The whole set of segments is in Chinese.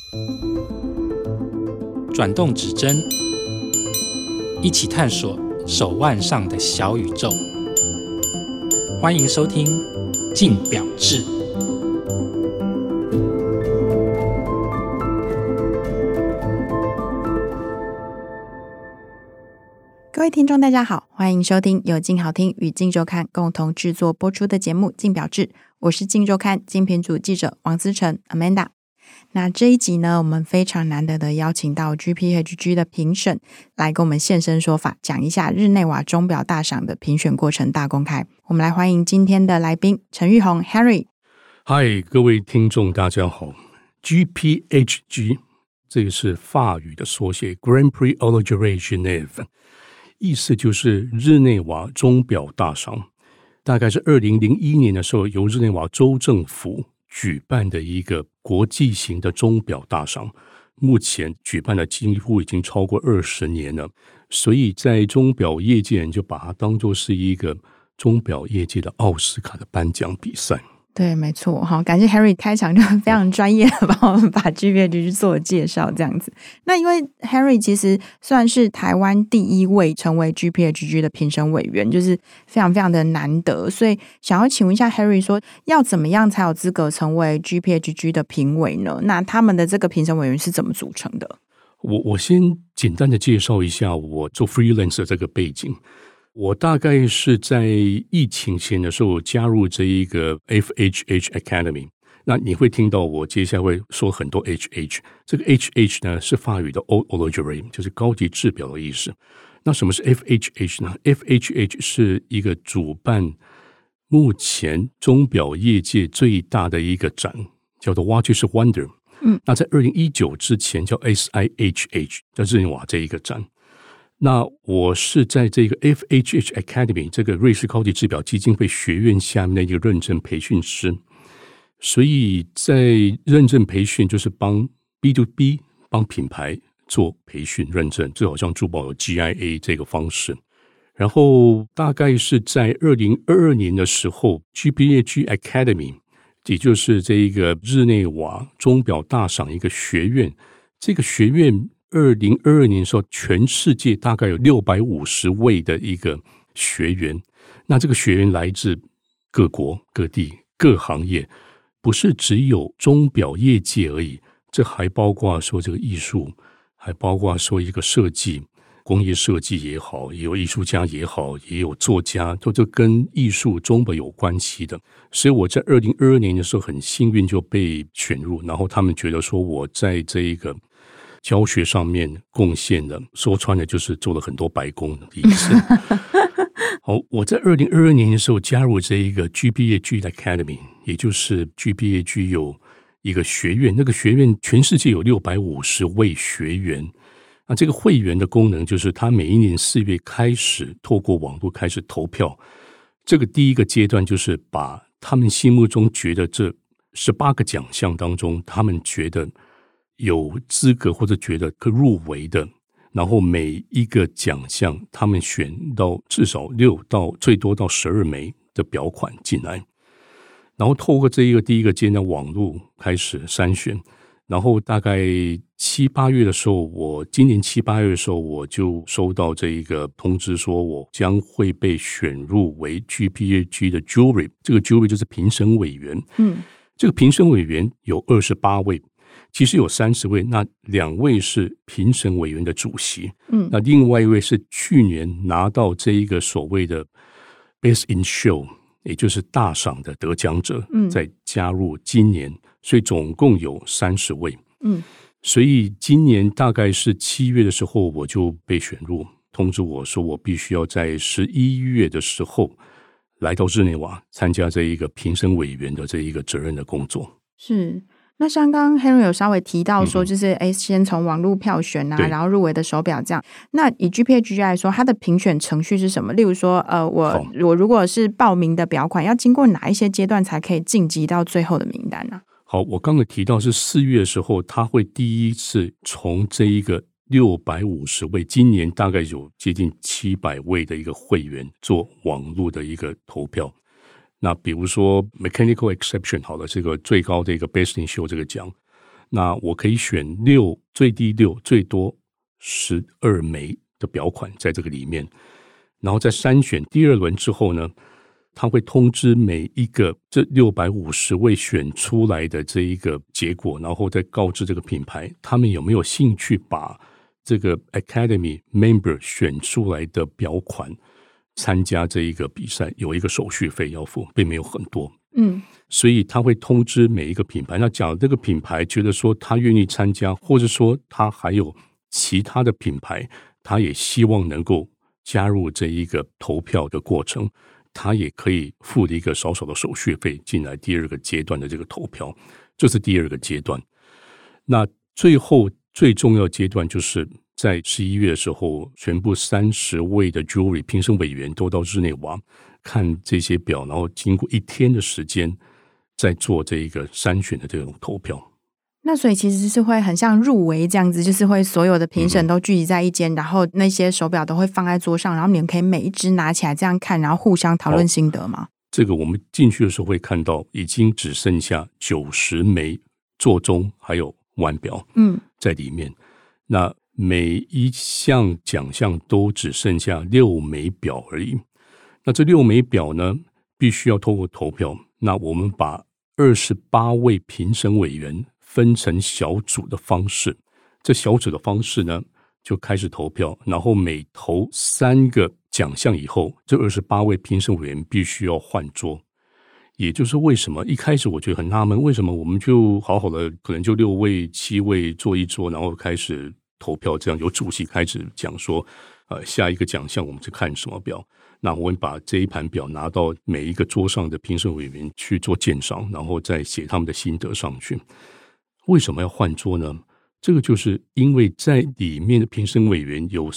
转动指针，一起探索手腕上的小宇宙。欢迎收听《镜表志》。 各位听众大家好，欢迎收听由镜好听与镜周刊共同制作播出的节目《镜表志》，我是镜周刊精品组记者王思成 Amanda。 那这一集呢，我们非常难得的邀请到 GPHG 的评审来跟我们现身说法，讲一下日内瓦钟表大赏的评选过程大公开。我们来欢迎今天的来宾陈玉宏 Henry。 嗨，各位听众大家好。 GPHG 这个是法语的缩写 Grand Prix Horlogerie Genève，意思就是日内瓦钟表大赏，大概是2001年的时候由日内瓦州政府举办的一个国际型的钟表大赏，目前举办了几乎已经超过20年了，所以在钟表业界人就把它当作是一个钟表业界的奥斯卡的颁奖比赛。 对，没错，好，感谢 Henry 开场就非常专业的帮我们把 GPHG 做介绍这样子。那因为 Henry 其实算是台湾第一位成为 GPHG 的评审委员，就是非常非常的难得，所以想要请问一下 Henry 说，要怎么样才有资格成为 GPHG 的评委呢？那他们的这个评审委员是怎么组成的？ 我先简单的介绍一下我做 freelance 的这个背景。我大概是在疫情前的时候加入这一个 FHH Academy， 那你会听到我接下来会说很多 HH， 这个 HH 呢是法语的 Haute Horlogerie， 就是高级制表的意思。那什么是 FHH 呢？ FHH 是一个主办目前钟表业界最大的一个展，叫做 Watches of Wonder。那在2019之前叫 SIHH， 叫日内瓦这一个展。那我是在这个 FHH Academy 这个瑞士高级制表基金会学院下面的一个认证培训师，所以在认证培训就是帮 B2B 帮品牌做培训认证，就好像珠宝有 GIA 这个方式。然后大概是在2022年的时候 GPHG Academy， 也就是这一个日内瓦钟表大赏一个学院，这个学院2022年的时候全世界大概有650位的一个学员，那这个学员来自各国各地各行业，不是只有钟表业界而已，这还包括说这个艺术，还包括说一个设计，工业设计也好，也有艺术家也好，也有作家，就跟艺术钟表有关系的。所以我在2022年的时候很幸运就被选入，然后他们觉得说我在这一个教学上面贡献了，说穿了就是做了很多白工的意思。好，我在2022年的时候加入这一个 GPHG Academy， 也就是 GPHG 有一个学院，那个学院全世界有650位学员。那这个会员的功能就是他每一年4月开始透过网络开始投票，这个第一个阶段就是把他们心目中觉得这18个奖项当中他们觉得有资格或者觉得可入围的，然后每一个奖项他们选到至少6到最多到12枚的表款进来，然后透过这一个第一个阶段网络开始筛选，然后大概7、8月的时候，我今年7、8月的时候我就收到这一个通知说我将会被选入为 GPHG 的 jury， 这个 jury 就是评审委员。这个评审委员有28位，其实有30位，那2位是评审委员的主席，那另外一位是去年拿到这一个所谓的 Best in Show， 也就是大赏的得奖者，再加入今年，所以总共有30位。所以今年大概是7月的时候我就被选入，通知我说我必须要在11月的时候来到日内瓦参加这一个评审委员的这一个责任的工作。 是，那像刚刚 Henry 有稍微提到说就是先从网络票选啊，然后入围的手表这样，那以 GPHG 来说它的评选程序是什么？例如说我如果是报名的表款要经过哪一些阶段才可以晋级到最后的名单呢？ 好，我刚才提到是4月的时候他会第一次从这一个650位，今年大概有接近700位的一个会员做网络的一个投票。那比如说 Mechanical Exception 好了，这个最高的一个 Best in Show 这个奖， 那我可以选6，最低6，最多12枚的表款在这个里面，然后在筛选第2轮之后呢，他会通知每一个这650位选出来的这一个结果，然后再告知这个品牌他们有没有兴趣把这个 Academy Member 选出来的表款参加这一个比赛，有一个手续费要付，并没有很多。所以他会通知每一个品牌。那假如这个品牌觉得说他愿意参加，或者说他还有其他的品牌，他也希望能够加入这一个投票的过程，他也可以付一个少少的手续费进来第2个阶段的这个投票。这是第2个阶段。那最后最重要的阶段就是在11月的时候，全部30位的 jury 评审委员都到日内瓦看这些表，然后经过1天的时间再做这一个筛选的这种投票。 那所以其实是会很像入围这样子，就是会所有的评审都聚集在一间，然后那些手表都会放在桌上，然后你们可以每一只拿起来这样看，然后互相讨论心得吗？ 这个我们进去的时候会看到已经只剩下90枚座钟还有腕表在里面。那每一项奖项都只剩下6枚表而已。那这6枚表呢，必须要透过投票。那我们把28位评审委员分成小组的方式，这小组的方式呢，就开始投票。然后每投3个奖项以后，这28位评审委员必须要换桌。也就是为什么一开始我觉得很纳闷，为什么我们就好好的可能就6位7位坐一桌，然后开始投票，这样由主席开始讲说下一个奖项我们是看什么表。那我们把这一盘表拿到每一个桌上的评审委员去做鉴赏，然后再写他们的心得上去。为什么要换桌呢？这个就是因为在里面的评审委员有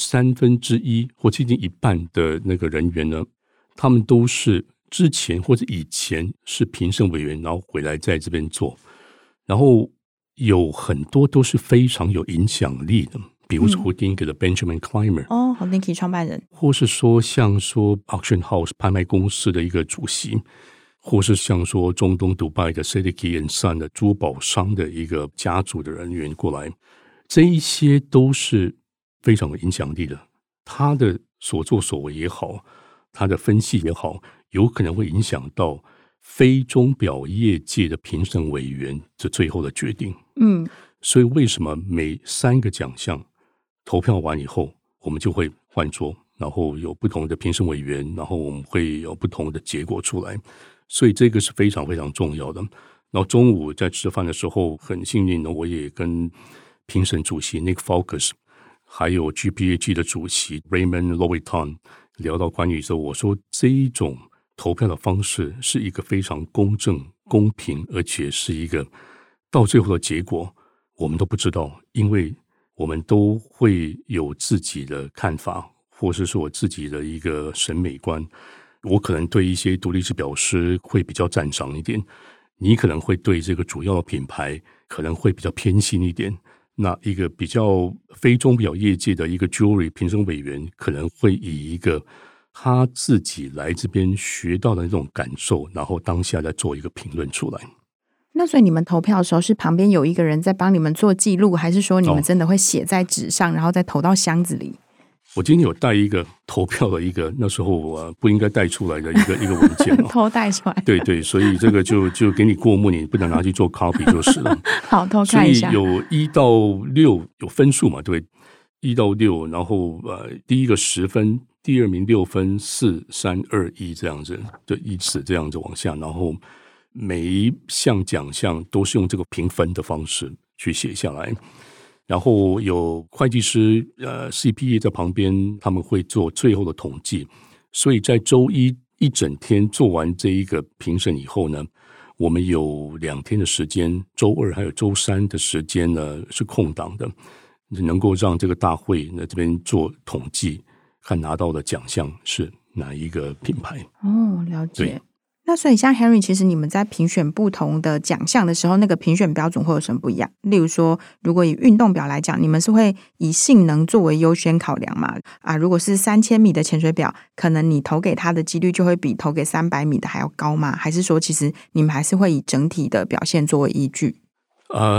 1/3或接近一半的那个人员呢，他们都是之前或者以前是评审委员，然后回来在这边做，然后有很多都是非常有影响力的。比如说 Houdinke 的 Benjamin Clymer Houdinke 创办人， 或是说像说 Auction House 拍卖公司的一个主席，或是像说中东迪拜的 Seddiqi & Son 的珠宝商的一个家族的人员过来，这一些都是非常有影响力的。他的所作所为也好，他的分析也好，有可能会影响到非钟表业界的评审委员这最后的决定。所以为什么每3个奖项投票完以后，我们就会换桌，然后有不同的评审委员，然后我们会有不同的结果出来。所以这个是非常非常重要的。然后中午在吃饭的时候，很幸运的我也跟评审主席 Nick Focus 还有 GPAG 的主席 Raymond Lowiton 聊到关于说，我说这一种投票的方式是一个非常公正公平，而且是一个到最后的结果我们都不知道，因为我们都会有自己的看法，或是说我自己的一个审美观。我可能对一些独立制表师会比较赞赏一点，你可能会对这个主要的品牌可能会比较偏心一点。那一个比较非钟表业界的一个 jury 评审委员可能会以一个他自己来这边学到的那种感受，然后当下再做一个评论出来。 那所以你们投票的时候是旁边有一个人在帮你们做记录，还是说你们真的会写在纸上，然后再投到箱子里？ 我今天有带一个投票的一个那时候不应该带出来的一个文件偷带出来。 对对，所以这个就给你过目，你不能拿去做 copy 就是了。 好，偷看一下。 所以有1到6有分数嘛，对，1到6，然后第一个10分，第2名6分，4、3、2、1这样子，就依次这样子往下，然后每一项奖项都是用这个评分的方式去写下来。然后有会计师CPA 在旁边，他们会做最后的统计。所以在周一一整天做完这一个评审以后呢，我们有2天的时间，周2还有周3的时间呢是空档的，能够让这个大会呢这边做统计，看拿到的奖项是哪一个品牌。 了解。那所以像 Henry， 其实你们在评选不同的奖项的时候，那个评选标准会有什么不一样？例如说，如果以运动表来讲，你们是会以性能作为优先考量嘛？如果是3000米的潜水表，可能你投给它的几率就会比投给300米的还要高吗？还是说其实你们还是会以整体的表现作为依据？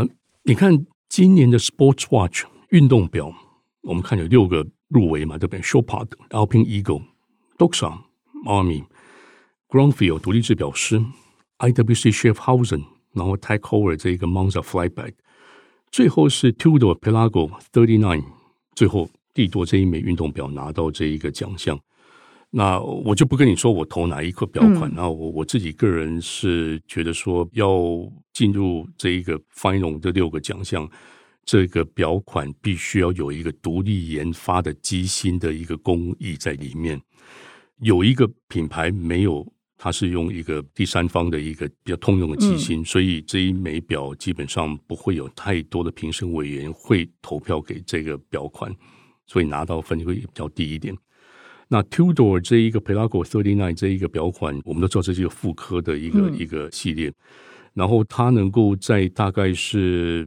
你看今年的 Sports Watch 运动表，我们看有6个入围嘛，对不对 ？Chopard、Alpine Eagle、Doxa、Army、Grandfield 独立制表师、IWC Schaffhausen， 然后 Tag Heuer 这一个 Monza Flyback， 最后是 Tudor Pelago 39， 最后帝舵这一枚运动表拿到这一个奖项。那我就不跟你说我投哪一个表款，然后我自己个人是觉得说要进入这一个 final 的6个奖项，这个表款必须要有一个独立研发的机芯的一个工艺在里面。有一个品牌没有，它是用一个第三方的一个比较通用的机芯，所以这一枚表基本上不会有太多的评审委员会投票给这个表款，所以拿到分会比较低一点。那 Tudor 这一个 Pelago 39这一个表款，我们都知道这是一个复刻的一个系列，然后它能够在大概是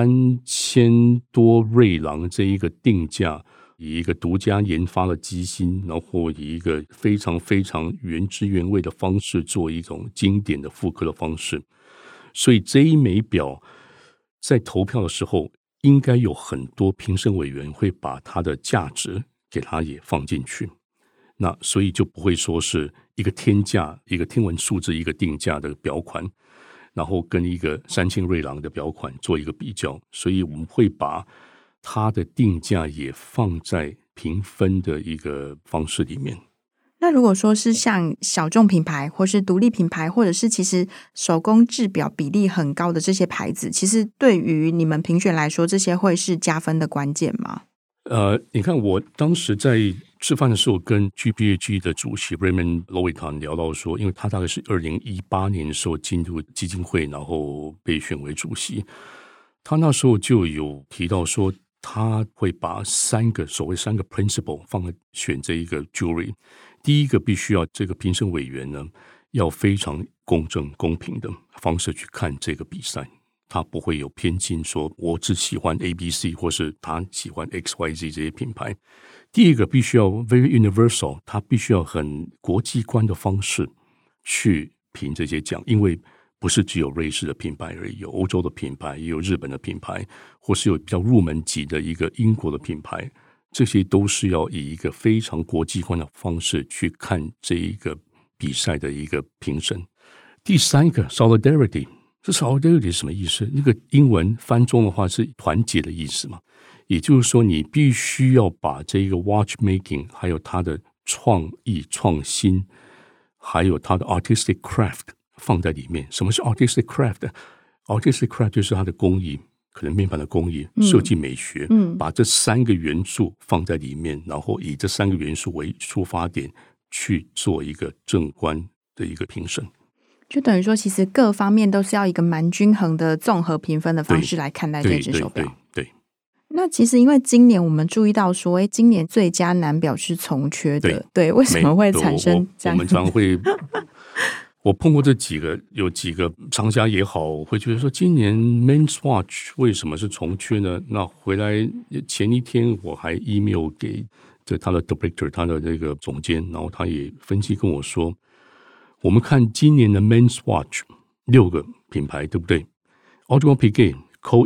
3000多瑞郎这一个定价，以一个独家研发的机芯，然后以一个非常非常原汁原味的方式做一种经典的复刻的方式，所以这一枚表在投票的时候，应该有很多评审委员会把它的价值给它也放进去。那所以就不会说是一个天价、一个天文数字、一个定价的表款，然后跟一个3000瑞郎的表款做一个比较，所以我们会把它的定价也放在评分的一个方式里面。 那如果说是像小众品牌或是独立品牌，或者是其实手工制表比例很高的这些牌子，其实对于你们评选来说，这些会是加分的关键吗？ 你看我当时在吃饭的时候跟 GPAG 的主席 Raymond Loitan 聊到说，因为他大概是2018年的时候进入基金会，然后被选为主席，他那时候就有提到说他会把所谓三个 principle 放在选这一个 jury。 第一个必须要这个评审委员呢要非常公正公平的方式去看这个比赛，他不会有偏见说我只喜欢 ABC 或是他喜欢 XYZ 这些品牌。第一个必须要 very universal， 他必须要很国际观的方式去评这些奖，因为不是只有瑞士的品牌而已，有欧洲的品牌，也有日本的品牌，或是有比较入门级的一个英国的品牌，这些都是要以一个非常国际观的方式去看这一个比赛的一个评审。第三个 solidarity， 这 solidarity 是什么意思？那个英文翻中的话是团结的意思嘛，也就是说你必须要把这个 watchmaking 还有它的创意创新还有它的 artistic craft 放在里面。什么是 artistic craft？ artistic craft 就是它的工艺，可能面板的工艺、设计美学，把这三个元素放在里面，然后以这三个元素为出发点去做一个正观的一个评审。 就等于说其实各方面都是要一个蛮均衡的综合评分的方式来看待这只手表。 对。 那其实因为今年我们注意到说今年最佳男表是从缺的， 对，为什么会产生这样？ 我们常会我碰过这几个，有几个厂家也好，我会觉得说今年 Men's Watch 为什么是从缺呢？那回来前一天我还 email 给他的 director， 他的这个总监，然后他也分析跟我说，我们看今年的 Men's Watch 6个品牌，对不对？ Audemars Piguet、Cole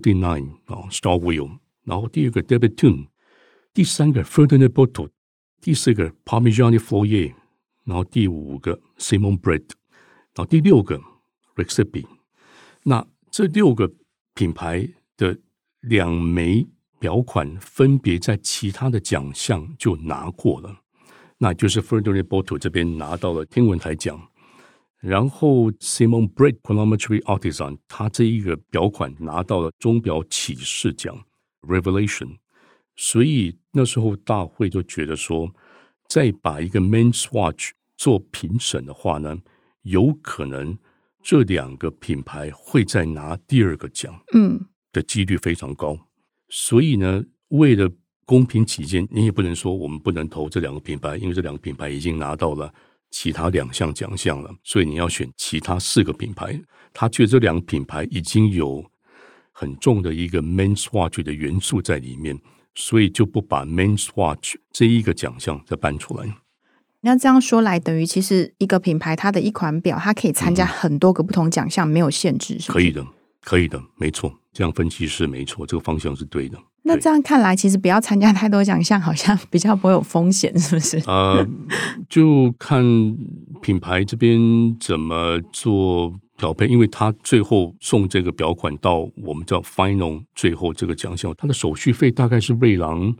1159、Star Wheel， 然后第二个 David Tune， 第三个 Ferdinand Botto， 第四个 Parmigiani Floyer， 然后第五个 Simon Brett， 然后第六个 Rexippi。 那这6个品牌的2枚表款分别在其他的奖项就拿过了，那就是 Ferdinand Botto 这边拿到了天文台奖，然后 Simon Brett Chronometry Artisan 他这一个表款拿到了钟表启示奖 Revelation。 所以那时候大会就觉得说，再把一个 Men's Watch 做评审的话呢，有可能这2个品牌会再拿第2个奖的几率非常高。所以呢，为了公平起见，你也不能说我们不能投这2个品牌，因为这2个品牌已经拿到了其他2项奖项了，所以你要选其他4个品牌。他觉得这2个品牌已经有很重的一个 Men's Watch 的元素在里面，所以就不把 Men's Watch 这一个奖项再搬出来。 那这样说来，等于其实一个品牌它的一款表，它可以参加很多个不同奖项，没有限制，是不是？ 可以的， 可以的，没错，这样分析是没错，这个方向是对的。 那这样看来，其实不要参加太多奖项，好像比较不会有风险，是不是？ 就看品牌这边怎么做调配，因为他最后送这个表款到我们叫 final 最后这个奖项，他的手续费大概是瑞郎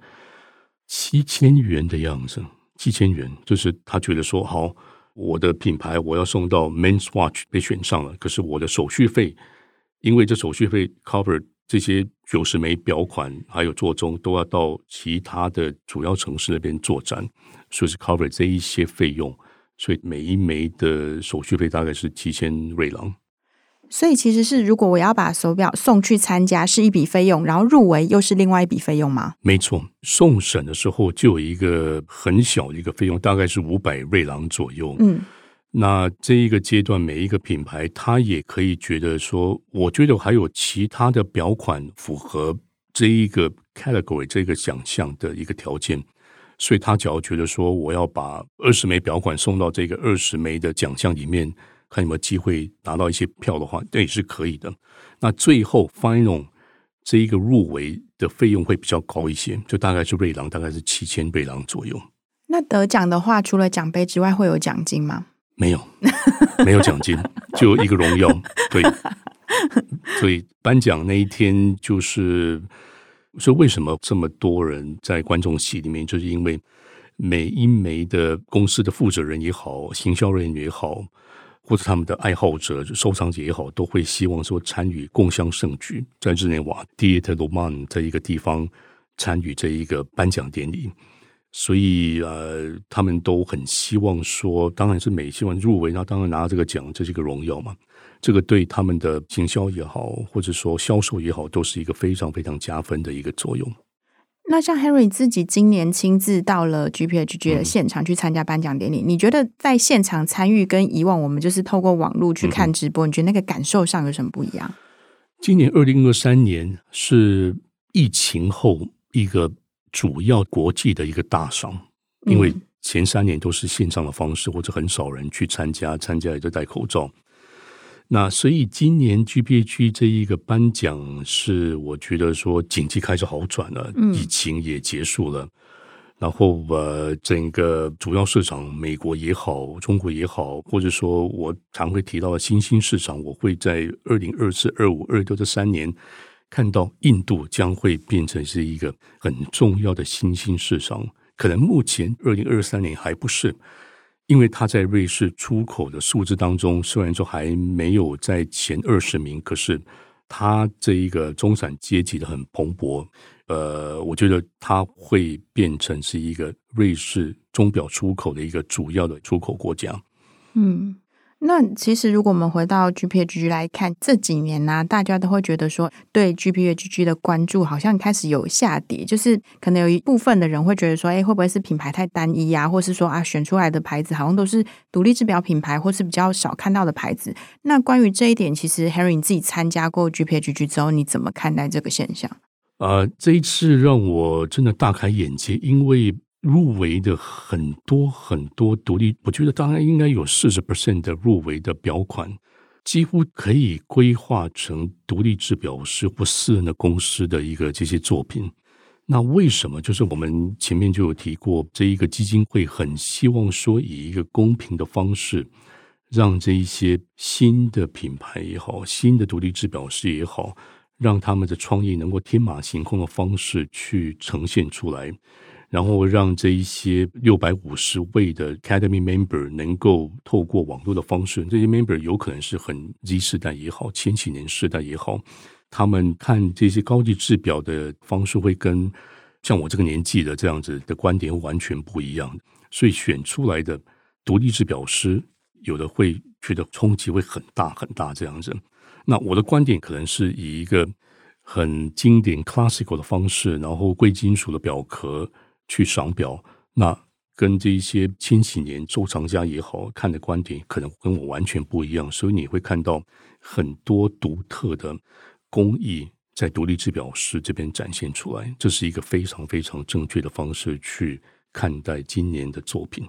7000元的样子，7000元，就是他觉得说好，我的品牌我要送到 Men's Watch 被选上了，可是我的手续费，因为这手续费 cover 这些90枚表款还有座钟都要到其他的主要城市那边做展，所以是 cover 这一些费用，所以每一枚的手续费大概是7000瑞郎。 所以其实是如果我要把手表送去参加是一笔费用，然后入围又是另外一笔费用吗？ 没错，送审的时候就有一个很小的一个费用，大概是500瑞郎左右。那这一个阶段每一个品牌他也可以觉得说，我觉得还有其他的表款符合这一个 category 这个奖项的一个条件，所以他只要觉得说我要把20枚表款送到这个20枚的奖项里面，看有没有机会拿到一些票的话，这也是可以的。那最后 final 这一个入围的费用会比较高一些，就大概是瑞郎，大概是7000瑞郎左右。 那得奖的话，除了奖杯之外，会有奖金吗？ 没有，没有奖金，就一个荣耀。对，所以颁奖那一天就是说，为什么这么多人在观众席里面，就是因为每一枚的公司的负责人也好，行销人员也好，或者他们的爱好者、收藏者也好，都会希望说参与共襄盛举，在日内瓦 Theatre Roman 这一个地方参与这一个颁奖典礼。所以他们都很希望说，当然是希望入围，那当然拿这个奖，这是一个荣耀嘛。这个对他们的行销也好，或者说销售也好，都是一个非常非常加分的一个作用。 那像 Henry 自己今年亲自到了 GPHG 的现场去参加颁奖典礼，你觉得在现场参与跟以往我们就是透过网络去看直播，你觉得那个感受上有什么不一样？ 今年2023年是疫情后一个主要国际的一个大赏，因为前3年都是线上的方式，或者很少人去参加也就戴口罩。那所以今年 GPHG 这一个颁奖是我觉得说经济开始好转了，疫情也结束了，然后整个主要市场美国也好，中国也好，或者说我常会提到的新兴市场，我会在2024、25、26这3年看到印度将会变成是一个很重要的新兴市场，可能目前2023年还不是，因为它在瑞士出口的数字当中，虽然说还没有在前20名，可是它这一个中产阶级的很蓬勃，我觉得它会变成是一个瑞士钟表出口的一个主要的出口国家。 那其实如果我们回到 GPHG 来看，这几年呢，大家都会觉得说对 GPHG 的关注好像开始有下跌，就是可能有一部分的人会觉得说，会不会是品牌太单一啊，或是说选出来的牌子好像都是独立制表品牌，或是比较少看到的牌子。那关于这一点，其实 Henry 你自己参加过 GPHG 之后，你怎么看待这个现象？ 这一次让我真的大开眼界，因为入围的很多独立，我觉得大概应该有 40% 的入围的表款几乎可以规划成独立制表师或私人的公司的一个这些作品。那为什么？就是我们前面就有提过，这一个基金会很希望说以一个公平的方式，让这一些新的品牌也好，新的独立制表师也好，让他们的创意能够天马行空的方式去呈现出来，然后让这一些650位的 Academy Member 能够透过网络的方式，这些 Member 有可能是很 Z 世代也好，千禧年世代也好，他们看这些高级制表的方式会跟像我这个年纪的这样子的观点完全不一样，所以选出来的独立制表师有的会觉得冲击会很大很大这样子。那我的观点可能是以一个很经典 classical 的方式，然后贵金属的表壳去赏表，那跟这一些千禧年收藏家也好看的观点可能跟我完全不一样，所以你会看到很多独特的工艺在独立制表师这边展现出来，这是一个非常非常正确的方式去看待今年的作品。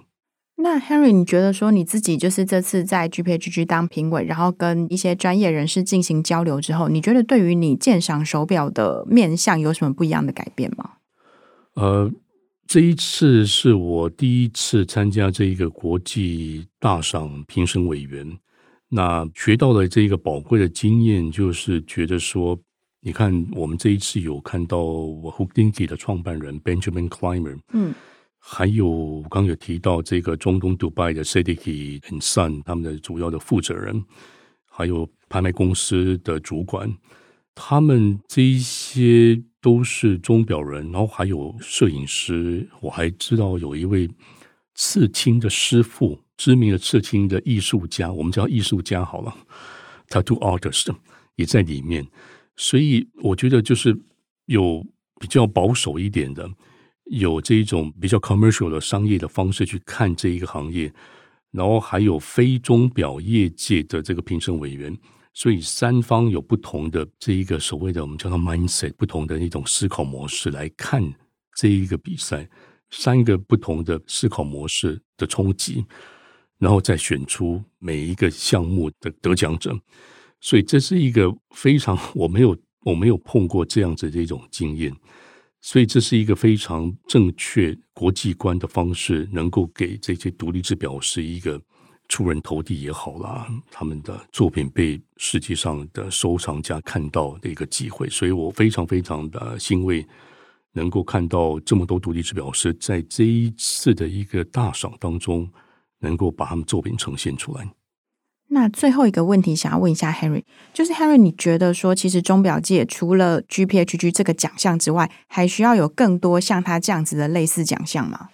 那 Henry 你觉得说你自己就是这次在 GPHG 当评委，然后跟一些专业人士进行交流之后，你觉得对于你鉴赏手表的面向有什么不一样的改变吗？ 这一次是我第一次参加这一个国际大赏评审委员，那学到了这个宝贵的经验，就是觉得说，你看我们这一次有看到 Houdini 的创办人 Benjamin Clymer，还有刚有提到这个中东迪拜的 Siddiqui and Son 他们的主要的负责人，还有拍卖公司的主管，他们这一些都是钟表人，然后还有摄影师，我还知道有一位刺青的师傅，知名的刺青的艺术家，我们叫艺术家好了 ，Tattoo Artist 也在里面，所以我觉得就是有比较保守一点的，有这一种比较 commercial 的商业的方式去看这一个行业，然后还有非钟表业界的这个评审委员，所以三方有不同的这一个所谓的我们叫做 mindset， 不同的一种思考模式来看这一个比赛，三个不同的思考模式的冲击，然后再选出每一个项目的得奖者。所以这是一个非常我没有碰过这样子的一种经验，所以这是一个非常正确国际观的方式，能够给这些独立制表师一个出人头地也好啦，他们的作品被世界上的收藏家看到的一个机会，所以我非常非常的欣慰，能够看到这么多独立制表师在这一次的一个大赏当中，能够把他们作品呈现出来。 那最后一个问题想要问一下 Henry， 就是 Henry 你觉得说其实钟表界除了 GPHG 这个奖项之外，还需要有更多像他这样子的类似奖项吗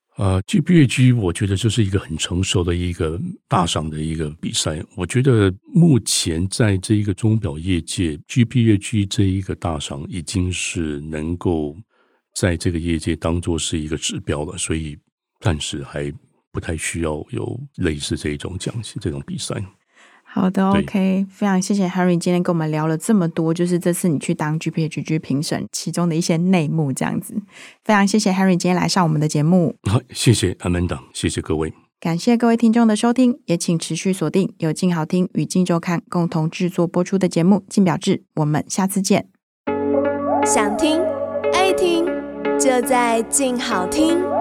？GPHG 我觉得就是一个很成熟的一个大赏的一个比赛，我觉得目前在这一个钟表业界 GPHG 这一个大赏已经是能够在这个业界当作是一个指标了，所以暂时还不太需要有类似这种奖项这种比赛。 好的 OK， 非常谢谢 Henry 今天跟我们聊了这么多，就是这次你去当 GPHG 评审其中的一些内幕这样子，非常谢谢 Henry 今天来上我们的节目。 好，谢谢 Amanda， 谢谢各位， 感谢各位听众的收听，也请持续锁定由静好听与静周刊共同制作播出的节目静表志，我们下次见。 想听爱听就在静好听。